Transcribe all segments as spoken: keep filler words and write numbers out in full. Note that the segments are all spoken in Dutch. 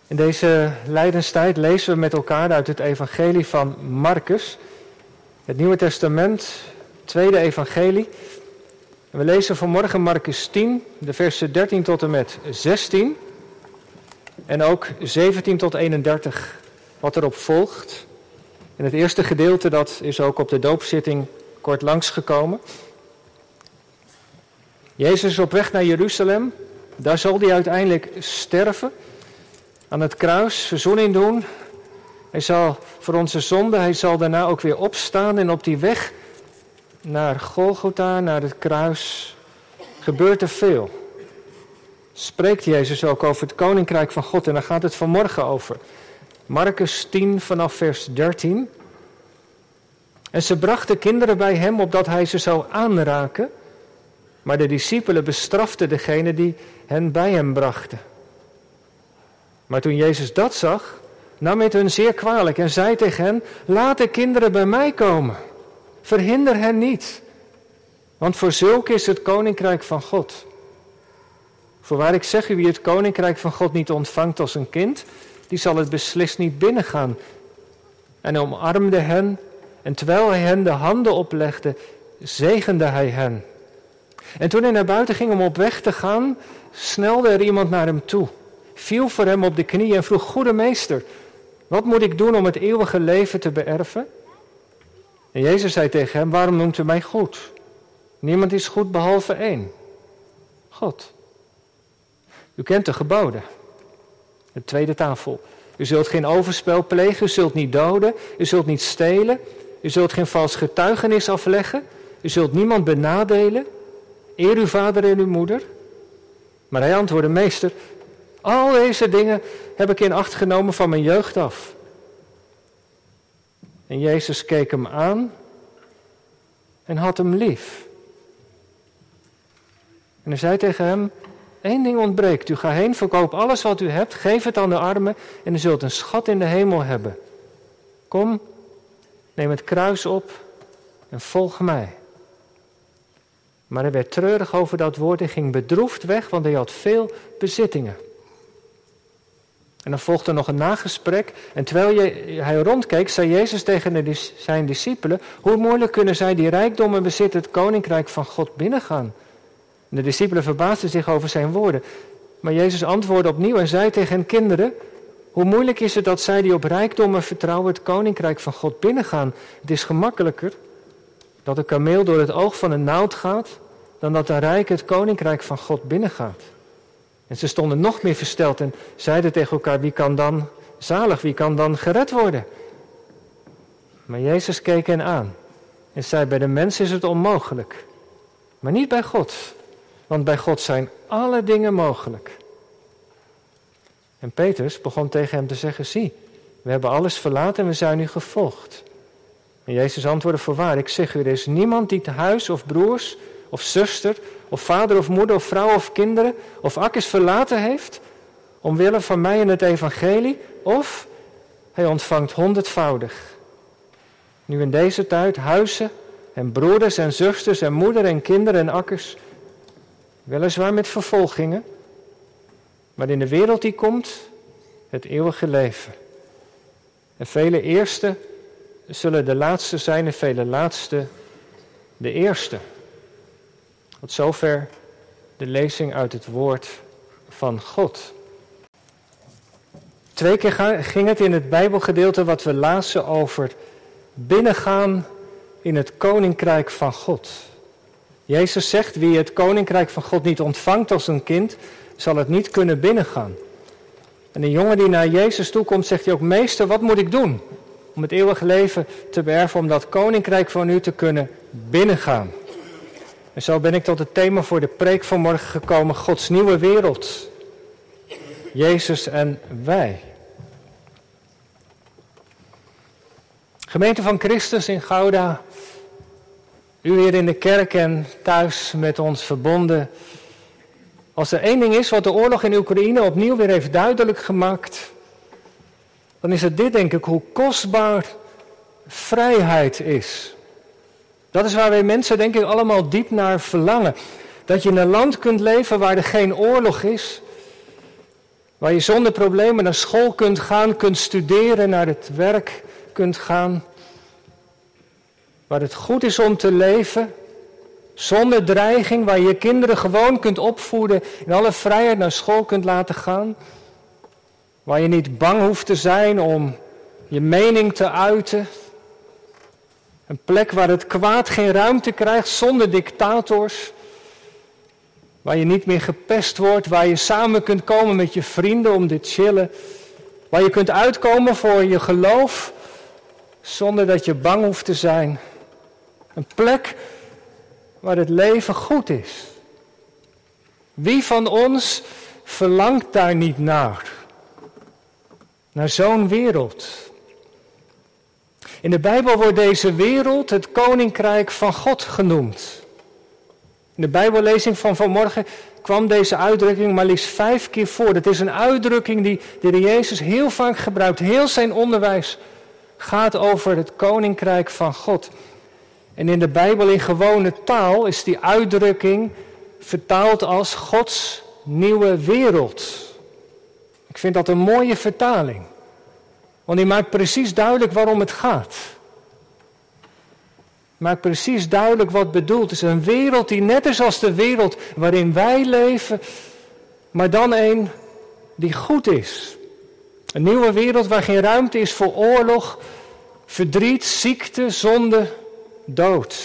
In deze lijdenstijd lezen we met elkaar uit het evangelie van Marcus, het Nieuwe Testament, tweede evangelie. En we lezen vanmorgen Marcus tien, de versen dertien tot en met zestien en ook zeventien tot eenendertig, wat erop volgt. En het eerste gedeelte, dat is ook op de doopzitting kort langsgekomen. Jezus is op weg naar Jeruzalem, daar zal hij uiteindelijk sterven. Aan het kruis verzoening doen. Hij zal voor onze zonde, hij zal daarna ook weer opstaan. En op die weg naar Golgotha, naar het kruis, gebeurt er veel. Spreekt Jezus ook over het koninkrijk van God. En daar gaat het vanmorgen over. Marcus tien vanaf vers dertien. En ze brachten kinderen bij hem, opdat hij ze zou aanraken. Maar de discipelen bestraften degene die hen bij hem brachten. Maar toen Jezus dat zag, nam het hun zeer kwalijk en zei tegen hen: laat de kinderen bij mij komen. Verhinder hen niet. Want voor zulke is het koninkrijk van God. Voorwaar ik zeg u, wie het koninkrijk van God niet ontvangt als een kind, die zal het beslist niet binnengaan. En hij omarmde hen, en terwijl hij hen de handen oplegde, zegende hij hen. En toen hij naar buiten ging om op weg te gaan, snelde er iemand naar hem toe, viel voor hem op de knieën en vroeg: goede meester, wat moet ik doen om het eeuwige leven te beërven? En Jezus zei tegen hem: waarom noemt u mij goed? Niemand is goed behalve één, God. U kent de geboden. De tweede tafel. U zult geen overspel plegen, u zult niet doden, u zult niet stelen, u zult geen vals getuigenis afleggen, u zult niemand benadelen, eer uw vader en uw moeder. Maar hij antwoordde: meester, al deze dingen heb ik in acht genomen van mijn jeugd af. En Jezus keek hem aan en had hem lief. En hij zei tegen hem: één ding ontbreekt. U ga heen, verkoop alles wat u hebt, geef het aan de armen en u zult een schat in de hemel hebben. Kom, neem het kruis op en volg mij. Maar hij werd treurig over dat woord en ging bedroefd weg, want hij had veel bezittingen. En dan volgde nog een nagesprek. En terwijl hij rondkeek, zei Jezus tegen de, zijn discipelen: hoe moeilijk kunnen zij die rijkdommen bezitten het koninkrijk van God binnengaan? En de discipelen verbaasden zich over zijn woorden. Maar Jezus antwoordde opnieuw en zei tegen hen: kinderen, hoe moeilijk is het dat zij die op rijkdommen vertrouwen het koninkrijk van God binnengaan? Het is gemakkelijker dat een kameel door het oog van een naald gaat, dan dat een rijk het koninkrijk van God binnengaat. En ze stonden nog meer versteld en zeiden tegen elkaar: wie kan dan zalig, wie kan dan gered worden? Maar Jezus keek hen aan en zei: bij de mens is het onmogelijk, maar niet bij God. Want bij God zijn alle dingen mogelijk. En Petrus begon tegen hem te zeggen: zie, we hebben alles verlaten en we zijn u gevolgd. En Jezus antwoordde: voorwaar, ik zeg u, er is niemand die huis of broers of zuster of vader of moeder of vrouw of kinderen of akkers verlaten heeft, omwille van mij en het evangelie, of hij ontvangt honderdvoudig. Nu in deze tijd huizen en broeders en zusters en moeder en kinderen en akkers, weliswaar met vervolgingen, maar in de wereld die komt, het eeuwige leven. En vele eerste zullen de laatste zijn en vele laatste de eerste. Tot zover de lezing uit het woord van God. Twee keer ging het in het Bijbelgedeelte wat we lazen over binnengaan in het koninkrijk van God. Jezus zegt: wie het koninkrijk van God niet ontvangt als een kind, zal het niet kunnen binnengaan. En de jongen die naar Jezus toe komt, zegt hij ook: meester, wat moet ik doen om het eeuwige leven te beërven, om dat koninkrijk van u te kunnen binnengaan? En zo ben ik tot het thema voor de preek van morgen gekomen: Gods nieuwe wereld. Jezus en wij. Gemeente van Christus in Gouda, u hier in de kerk en thuis met ons verbonden. Als er één ding is wat de oorlog in Oekraïne opnieuw weer heeft duidelijk gemaakt, dan is het dit, denk ik, hoe kostbaar vrijheid is. Dat is waar wij mensen, denk ik, allemaal diep naar verlangen. Dat je in een land kunt leven waar er geen oorlog is, Waar je zonder problemen naar school kunt gaan, kunt studeren, naar het werk kunt gaan. Waar het goed is om te leven, zonder dreiging, waar je je kinderen gewoon kunt opvoeden, in alle vrijheid naar school kunt laten gaan. Waar je niet bang hoeft te zijn om je mening te uiten. Een plek waar het kwaad geen ruimte krijgt, zonder dictators. Waar je niet meer gepest wordt, waar je samen kunt komen met je vrienden om te chillen. Waar je kunt uitkomen voor je geloof, zonder dat je bang hoeft te zijn. Een plek waar het leven goed is. Wie van ons verlangt daar niet naar? Naar zo'n wereld. In de Bijbel wordt deze wereld het koninkrijk van God genoemd. In de Bijbellezing van vanmorgen kwam deze uitdrukking maar liefst vijf keer voor. Het is een uitdrukking die de Heer Jezus heel vaak gebruikt. Heel zijn onderwijs gaat over het koninkrijk van God. En in de Bijbel in gewone taal is die uitdrukking vertaald als Gods nieuwe wereld. Ik vind dat een mooie vertaling. Want die maakt precies duidelijk waarom het gaat. Maakt precies duidelijk wat bedoeld is. Een wereld die net is als de wereld waarin wij leven, maar dan een die goed is. Een nieuwe wereld waar geen ruimte is voor oorlog, verdriet, ziekte, zonde, dood.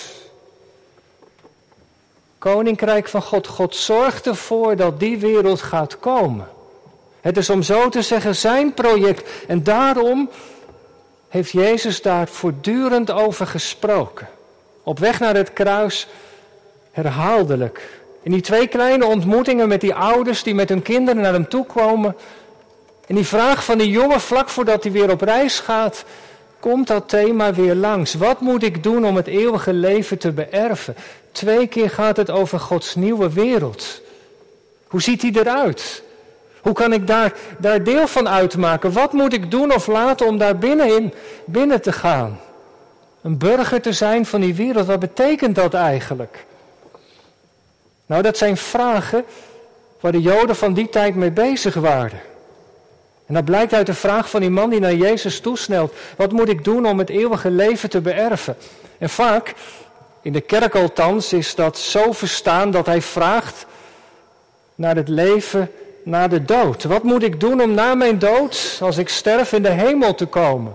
Koninkrijk van God. God zorgt ervoor dat die wereld gaat komen. Het is om zo te zeggen zijn project. En daarom heeft Jezus daar voortdurend over gesproken. Op weg naar het kruis herhaaldelijk. In die twee kleine ontmoetingen met die ouders die met hun kinderen naar hem toe komen. En die vraag van die jongen vlak voordat hij weer op reis gaat, komt dat thema weer langs. Wat moet ik doen om het eeuwige leven te beërven? Twee keer gaat het over Gods nieuwe wereld. Hoe ziet die eruit? Hoe kan ik daar, daar deel van uitmaken? Wat moet ik doen of laten om daar binnenin binnen te gaan? Een burger te zijn van die wereld, wat betekent dat eigenlijk? Nou, dat zijn vragen waar de Joden van die tijd mee bezig waren. En dat blijkt uit de vraag van die man die naar Jezus toesnelt. Wat moet ik doen om het eeuwige leven te beërven? En vaak, in de kerk althans, is dat zo verstaan dat hij vraagt naar het leven na de dood. Wat moet ik doen om na mijn dood, als ik sterf, in de hemel te komen?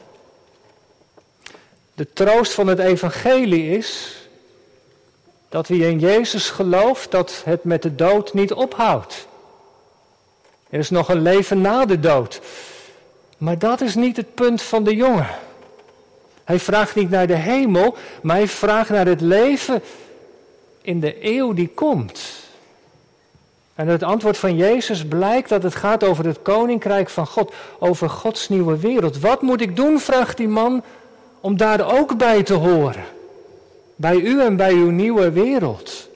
De troost van het evangelie is dat wie in Jezus gelooft, dat het met de dood niet ophoudt. Er is nog een leven na de dood. Maar dat is niet het punt van de jongen. Hij vraagt niet naar de hemel, maar hij vraagt naar het leven in de eeuw die komt. En uit het antwoord van Jezus blijkt dat het gaat over het koninkrijk van God, over Gods nieuwe wereld. Wat moet ik doen, vraagt die man, om daar ook bij te horen? Bij u en bij uw nieuwe wereld.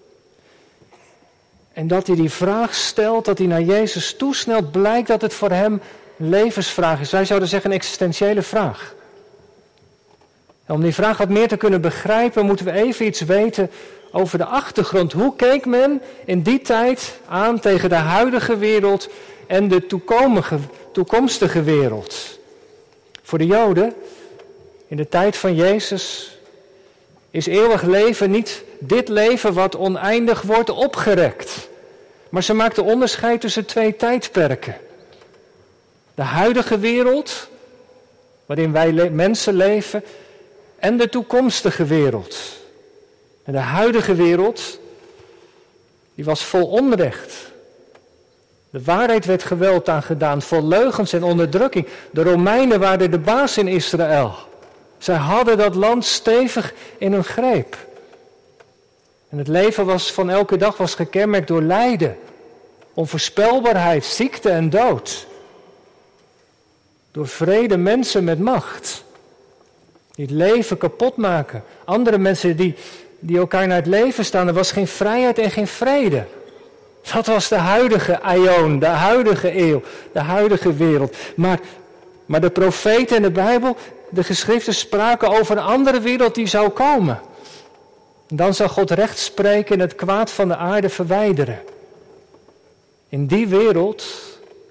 En dat hij die vraag stelt, dat hij naar Jezus toesnelt, blijkt dat het voor hem een levensvraag is. Wij zouden zeggen een existentiële vraag. En om die vraag wat meer te kunnen begrijpen, moeten we even iets weten over de achtergrond. Hoe keek men in die tijd aan tegen de huidige wereld en de toekomstige wereld? Voor de Joden, in de tijd van Jezus, is eeuwig leven niet dit leven wat oneindig wordt opgerekt. Maar ze maakten onderscheid tussen twee tijdperken. De huidige wereld, waarin wij le- mensen leven, en de toekomstige wereld. En de huidige wereld, die was vol onrecht. De waarheid werd geweld aangedaan, vol leugens en onderdrukking. De Romeinen waren de baas in Israël. Zij hadden dat land stevig in hun greep. En het leven was van elke dag was gekenmerkt door lijden, onvoorspelbaarheid, ziekte en dood. Door wrede mensen met macht, die het leven kapot maken. Andere mensen die, die elkaar naar het leven staan. Er was geen vrijheid en geen vrede. Dat was de huidige aion, de huidige eeuw, de huidige wereld. Maar, maar de profeten en de Bijbel, de geschriften spraken over een andere wereld die zou komen. Dan zal God recht spreken en het kwaad van de aarde verwijderen. In die wereld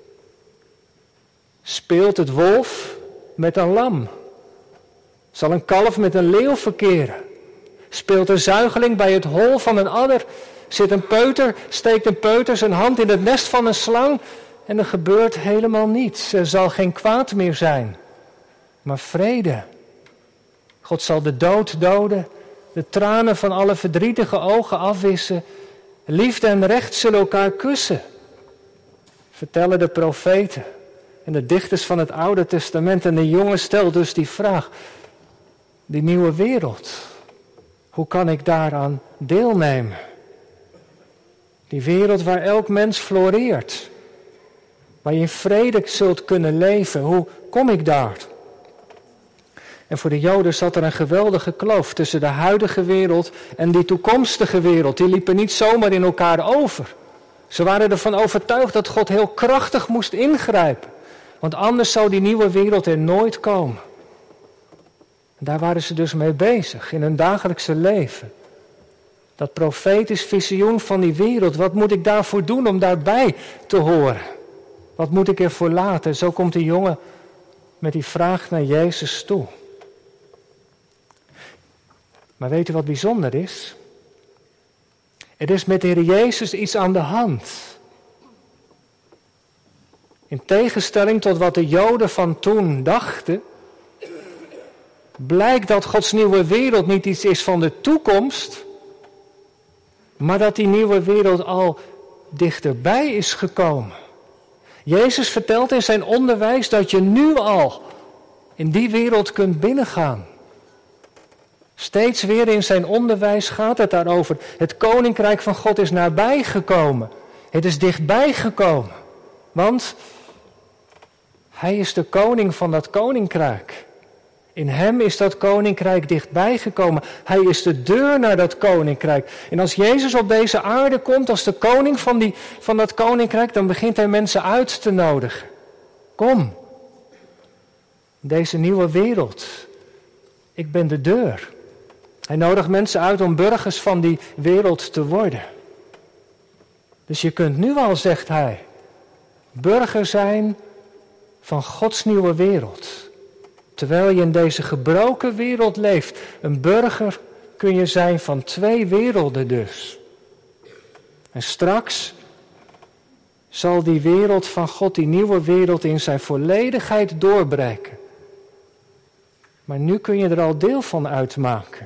Speelt het wolf met een lam? Zal een kalf met een leeuw verkeren? Speelt een zuigeling bij het hol van een adder? Zit een peuter, steekt een peuter zijn hand in het nest van een slang? En er gebeurt helemaal niets. Er zal geen kwaad meer zijn, maar vrede. God zal de dood doden, de tranen van alle verdrietige ogen afwissen. Liefde en recht zullen elkaar kussen, vertellen de profeten en de dichters van het Oude Testament. En de jongen stelt dus die vraag, die nieuwe wereld, hoe kan ik daaraan deelnemen? Die wereld waar elk mens floreert, waar je in vrede zult kunnen leven, hoe kom ik daar? En voor de Joden zat er een geweldige kloof tussen de huidige wereld en die toekomstige wereld. Die liepen niet zomaar in elkaar over. Ze waren ervan overtuigd dat God heel krachtig moest ingrijpen. Want anders zou die nieuwe wereld er nooit komen. En daar waren ze dus mee bezig in hun dagelijkse leven. Dat profetisch visioen van die wereld, wat moet ik daarvoor doen om daarbij te horen? Wat moet ik ervoor laten? Zo komt die jongen met die vraag naar Jezus toe. Maar weet u wat bijzonder is? Er is met de Heer Jezus iets aan de hand. In tegenstelling tot wat de Joden van toen dachten, blijkt dat Gods nieuwe wereld niet iets is van de toekomst, maar dat die nieuwe wereld al dichterbij is gekomen. Jezus vertelt in zijn onderwijs dat je nu al in die wereld kunt binnengaan. Steeds weer in zijn onderwijs gaat het daarover. Het koninkrijk van God is nabij gekomen. Het is dichtbij gekomen. Want hij is de koning van dat koninkrijk. In hem is dat koninkrijk dichtbij gekomen. Hij is de deur naar dat koninkrijk. En als Jezus op deze aarde komt als de koning van, die, van dat koninkrijk, dan begint hij mensen uit te nodigen. Kom, deze nieuwe wereld. Ik ben de deur. Hij nodigt mensen uit om burgers van die wereld te worden. Dus je kunt nu al, zegt hij, burger zijn van Gods nieuwe wereld. Terwijl je in deze gebroken wereld leeft. Een burger kun je zijn van twee werelden dus. En straks zal die wereld van God, die nieuwe wereld, in zijn volledigheid doorbreken. Maar nu kun je er al deel van uitmaken.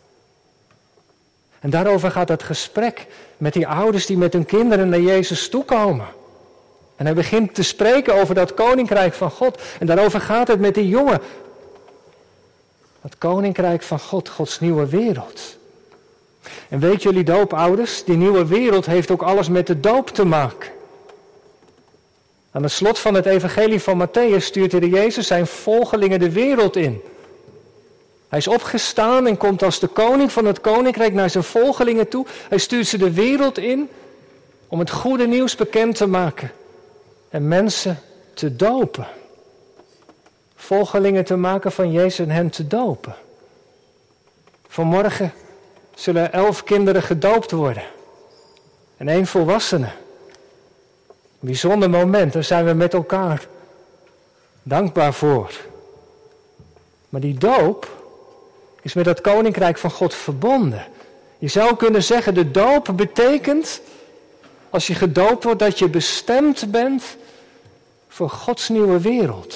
En daarover gaat het gesprek met die ouders die met hun kinderen naar Jezus toekomen. En hij begint te spreken over dat koninkrijk van God. En daarover gaat het met die jongen. Het koninkrijk van God, Gods nieuwe wereld. En weet jullie doopouders, die nieuwe wereld heeft ook alles met de doop te maken. Aan het slot van het evangelie van Mattheüs stuurt de Heer Jezus zijn volgelingen de wereld in. Hij is opgestaan en komt als de koning van het koninkrijk naar zijn volgelingen toe. Hij stuurt ze de wereld in om het goede nieuws bekend te maken. En mensen te dopen. Volgelingen te maken van Jezus en hen te dopen. Vanmorgen zullen elf kinderen gedoopt worden. En één volwassene. Een bijzonder moment, daar zijn we met elkaar dankbaar voor. Maar die doop is met dat koninkrijk van God verbonden. Je zou kunnen zeggen, de doop betekent, als je gedoopt wordt, dat je bestemd bent voor Gods nieuwe wereld.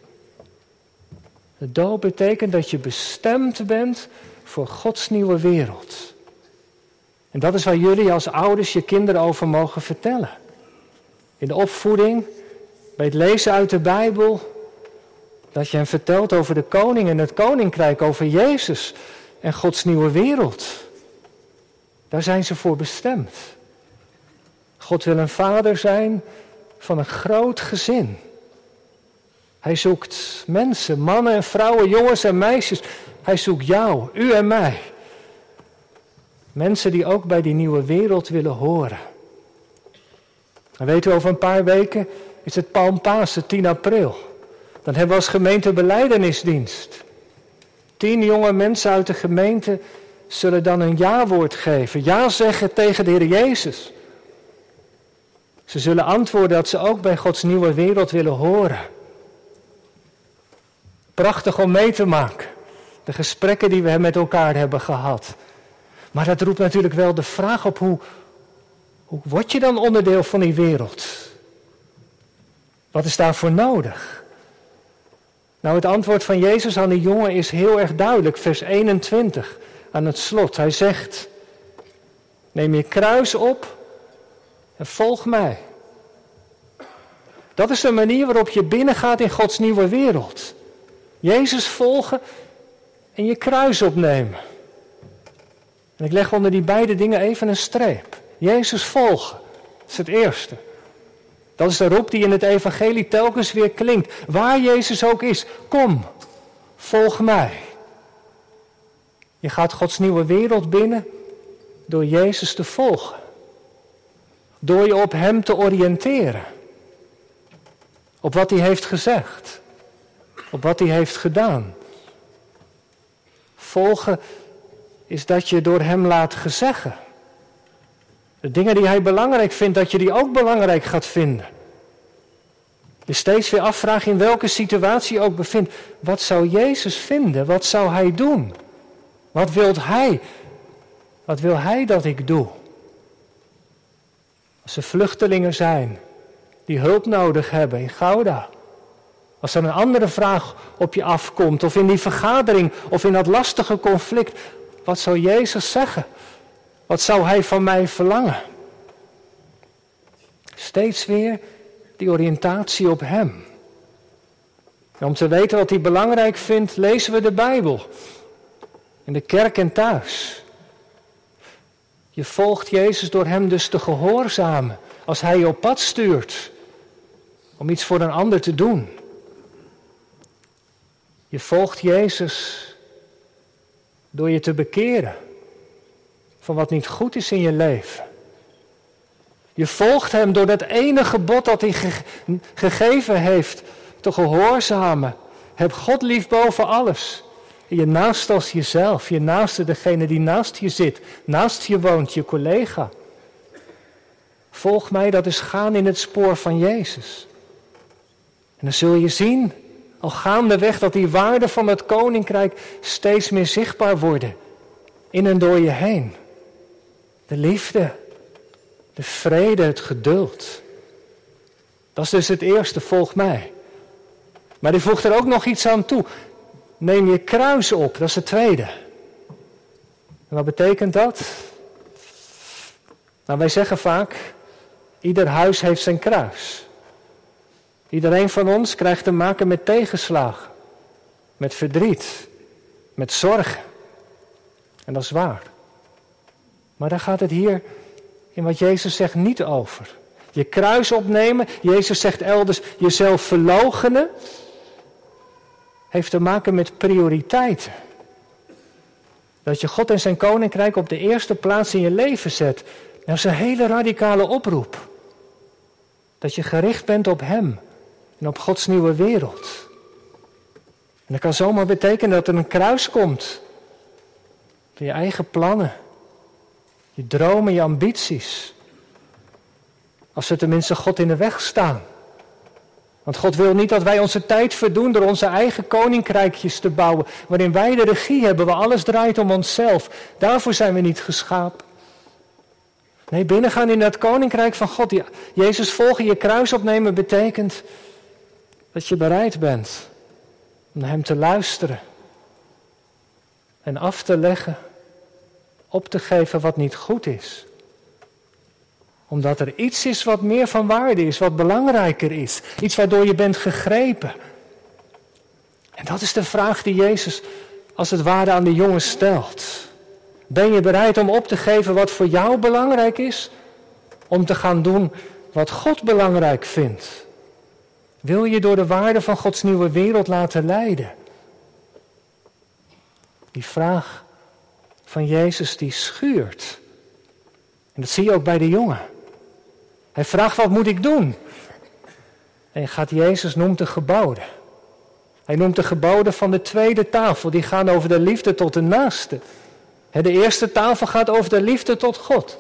De doop betekent dat je bestemd bent voor Gods nieuwe wereld. En dat is waar jullie als ouders je kinderen over mogen vertellen. In de opvoeding, bij het lezen uit de Bijbel, dat je hen vertelt over de koning en het koninkrijk, over Jezus en Gods nieuwe wereld. Daar zijn ze voor bestemd. God wil een vader zijn van een groot gezin. Hij zoekt mensen, mannen en vrouwen, jongens en meisjes. Hij zoekt jou, u en mij. Mensen die ook bij die nieuwe wereld willen horen. En weet u, over een paar weken is het Palmpasen, tien april. Dan hebben we als gemeente belijdenisdienst. Tien jonge mensen uit de gemeente zullen dan een ja-woord geven. Ja zeggen tegen de Heer Jezus. Ze zullen antwoorden dat ze ook bij Gods nieuwe wereld willen horen. prachtig om mee te maken. De gesprekken die we met elkaar hebben gehad. Maar dat roept natuurlijk wel de vraag op, hoe, hoe word je dan onderdeel van die wereld? Wat is daarvoor nodig? Nou, het antwoord van Jezus aan die jongen is heel erg duidelijk. Vers eenentwintig aan het slot. Hij zegt, neem je kruis op en volg mij. Dat is de manier waarop je binnengaat in Gods nieuwe wereld. Jezus volgen en je kruis opnemen. En ik leg onder die beide dingen even een streep. Jezus volgen, dat is het eerste. Dat is de roep die in het evangelie telkens weer klinkt. Waar Jezus ook is, kom, volg mij. Je gaat Gods nieuwe wereld binnen door Jezus te volgen. Door je op Hem te oriënteren. Op wat Hij heeft gezegd. Op wat Hij heeft gedaan. Volgen is dat je door Hem laat gezeggen. De dingen die Hij belangrijk vindt, dat je die ook belangrijk gaat vinden. Je steeds weer afvragen in welke situatie je ook bevindt. Wat zou Jezus vinden? Wat zou Hij doen? Wat wil Hij? Wat wil Hij dat ik doe? Als er vluchtelingen zijn die hulp nodig hebben in Gouda. Als er een andere vraag op je afkomt, of in die vergadering, of in dat lastige conflict. Wat zou Jezus zeggen? Wat zou Hij van mij verlangen? Steeds weer die oriëntatie op Hem. En om te weten wat Hij belangrijk vindt, lezen we de Bijbel. In de kerk en thuis. Je volgt Jezus door Hem dus te gehoorzamen. Als Hij je op pad stuurt. Om iets voor een ander te doen. Je volgt Jezus door je te bekeren. Van wat niet goed is in je leven. Je volgt Hem door dat ene gebod dat Hij ge- gegeven heeft. Te gehoorzamen. Heb God lief boven alles. Je naast als jezelf. Je naaste degene die naast je zit. Naast je woont, je collega. Volg mij, dat is gaan in het spoor van Jezus. En dan zul je zien, al gaandeweg, dat die waarden van het koninkrijk steeds meer zichtbaar worden. In en door je heen. De liefde, de vrede, het geduld. Dat is dus het eerste, volg mij. Maar die voegt er ook nog iets aan toe. Neem je kruis op, dat is het tweede. En wat betekent dat? Nou, wij zeggen vaak, ieder huis heeft zijn kruis. Iedereen van ons krijgt te maken met tegenslagen, met verdriet, met zorgen. En dat is waar. Maar daar gaat het hier in wat Jezus zegt niet over. Je kruis opnemen, Jezus zegt elders jezelf verloochenen, heeft te maken met prioriteiten. Dat je God en zijn koninkrijk op de eerste plaats in je leven zet. Dat is een hele radicale oproep. Dat je gericht bent op Hem en op Gods nieuwe wereld. En dat kan zomaar betekenen dat er een kruis komt. Door je eigen plannen, je dromen, je ambities. Als ze tenminste God in de weg staan. Want God wil niet dat wij onze tijd verdoen door onze eigen koninkrijkjes te bouwen. Waarin wij de regie hebben, waar alles draait om onszelf. Daarvoor zijn we niet geschapen. Nee, binnengaan in het koninkrijk van God. Jezus volgen, je kruis opnemen betekent dat je bereid bent om naar Hem te luisteren. En af te leggen, op te geven wat niet goed is. Omdat er iets is wat meer van waarde is, wat belangrijker is. Iets waardoor je bent gegrepen. En dat is de vraag die Jezus als het ware aan de jongen stelt. Ben je bereid om op te geven wat voor jou belangrijk is? Om te gaan doen wat God belangrijk vindt? Wil je door de waarde van Gods nieuwe wereld laten leiden? Die vraag van Jezus die schuurt. En dat zie je ook bij de jongen. Hij vraagt, wat moet ik doen? En gaat Jezus noemt de geboden. Hij noemt de geboden van de tweede tafel. Die gaan over de liefde tot de naaste. De eerste tafel gaat over de liefde tot God.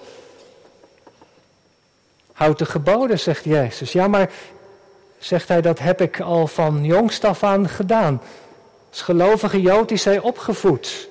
Houd de geboden, zegt Jezus. Ja, maar, zegt hij, dat heb ik al van jongst af aan gedaan. Als gelovige Jood is hij opgevoed.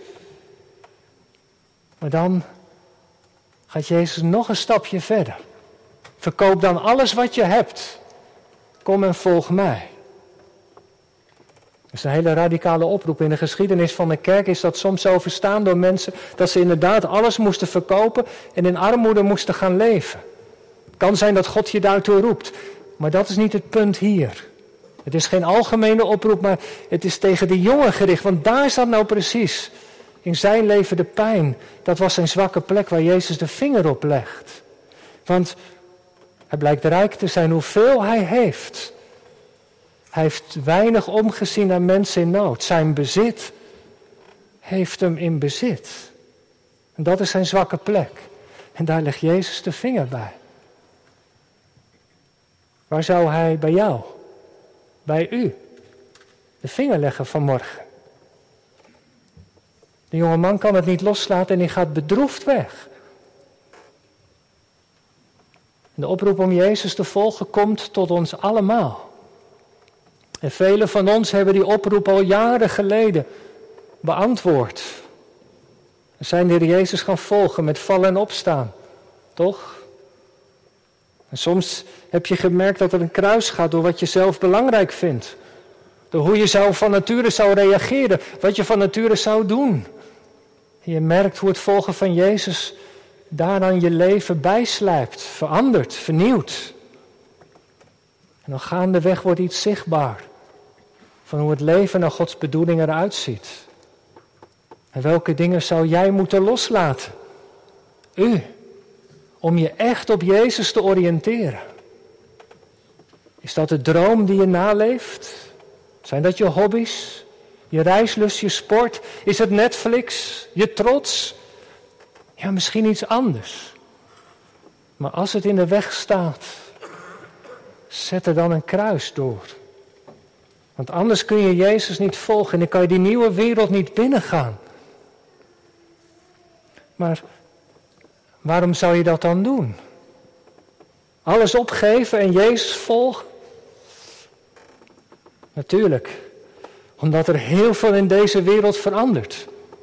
Maar dan gaat Jezus nog een stapje verder. Verkoop dan alles wat je hebt. Kom en volg mij. Dat is een hele radicale oproep. In de geschiedenis van de kerk is dat soms zo verstaan door mensen dat ze inderdaad alles moesten verkopen en in armoede moesten gaan leven. Het kan zijn dat God je daartoe roept, maar dat is niet het punt hier. Het is geen algemene oproep, maar het is tegen de jongen gericht, want daar zat nou precies in zijn leven de pijn. Dat was zijn zwakke plek waar Jezus de vinger op legt. Want hij blijkt rijk te zijn hoeveel hij heeft. Hij heeft weinig omgezien naar mensen in nood. Zijn bezit heeft hem in bezit. En dat is zijn zwakke plek. En daar legt Jezus de vinger bij. Waar zou hij bij jou, bij u, de vinger leggen vanmorgen? De jonge man kan het niet loslaten en hij gaat bedroefd weg. De oproep om Jezus te volgen komt tot ons allemaal. En velen van ons hebben die oproep al jaren geleden beantwoord. We zijn de Heer Jezus gaan volgen met vallen en opstaan. Toch? En soms heb je gemerkt dat er een kruis gaat door wat je zelf belangrijk vindt. Door hoe je zou van nature zou reageren. Wat je van nature zou doen. En je merkt hoe het volgen van Jezus daaraan je leven bijslijpt. Verandert, vernieuwt. En dan gaandeweg wordt iets zichtbaar. Van hoe het leven naar Gods bedoeling eruit ziet. En welke dingen zou jij moeten loslaten? U. Om je echt op Jezus te oriënteren. Is dat de droom die je naleeft? Zijn dat je hobby's? Je reislust, je sport? Is het Netflix? Je trots? Ja, misschien iets anders. Maar als het in de weg staat, zet er dan een kruis door. Want anders kun je Jezus niet volgen en dan kan je die nieuwe wereld niet binnengaan. Maar waarom zou je dat dan doen? Alles opgeven en Jezus volgen? Natuurlijk, omdat er heel veel in deze wereld verandert.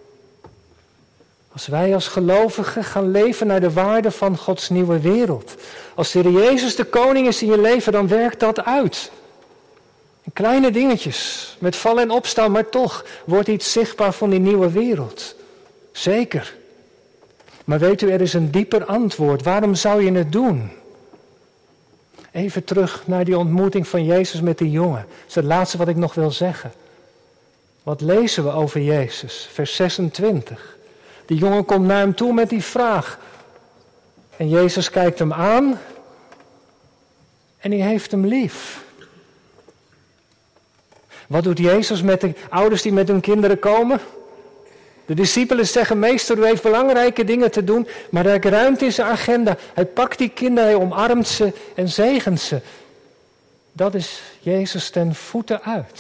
Als wij als gelovigen gaan leven naar de waarde van Gods nieuwe wereld. Als de Heer Jezus de koning is in je leven, dan werkt dat uit. In kleine dingetjes, met vallen en opstaan, maar toch wordt iets zichtbaar van die nieuwe wereld. Zeker. Maar weet u, er is een dieper antwoord. Waarom zou je het doen? Even terug naar die ontmoeting van Jezus met die jongen. Dat is het laatste wat ik nog wil zeggen. Wat lezen we over Jezus? Vers zesentwintig. Die jongen komt naar hem toe met die vraag. En Jezus kijkt hem aan. En hij heeft hem lief. Wat doet Jezus met de ouders die met hun kinderen komen? De discipelen zeggen, meester, u heeft belangrijke dingen te doen, maar hij ruimt in zijn agenda. Hij pakt die kinderen, hij omarmt ze en zegent ze. Dat is Jezus ten voeten uit.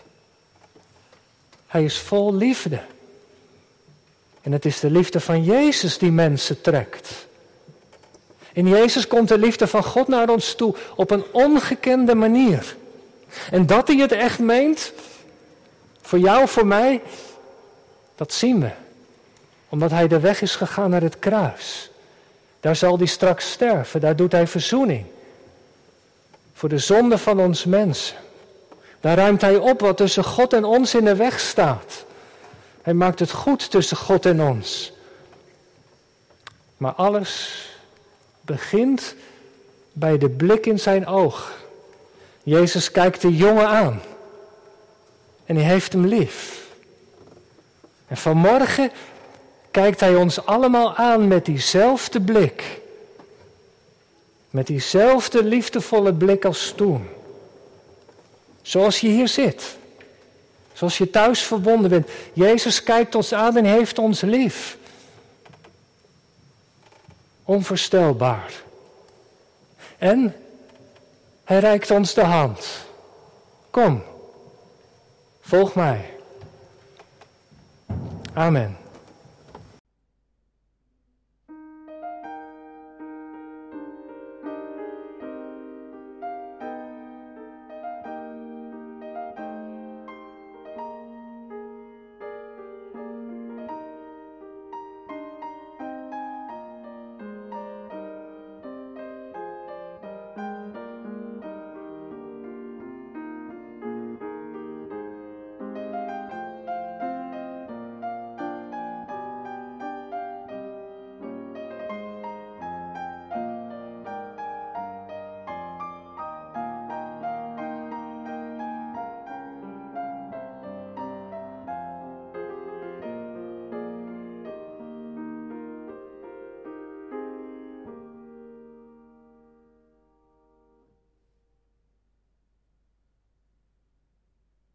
Hij is vol liefde. En het is de liefde van Jezus die mensen trekt. In Jezus komt de liefde van God naar ons toe op een ongekende manier. En dat hij het echt meent, voor jou, voor mij, dat zien we. Omdat hij de weg is gegaan naar het kruis. Daar zal hij straks sterven, daar doet hij verzoening. Voor de zonde van ons mensen. Daar ruimt hij op wat tussen God en ons in de weg staat. Hij maakt het goed tussen God en ons. Maar alles begint bij de blik in zijn oog. Jezus kijkt de jongen aan. En hij heeft hem lief. En vanmorgen kijkt hij ons allemaal aan met diezelfde blik. Met diezelfde liefdevolle blik als toen. Zoals je hier zit. Zoals je thuis verbonden bent. Jezus kijkt ons aan en heeft ons lief. Onvoorstelbaar. En hij reikt ons de hand. Kom, volg mij. Amen.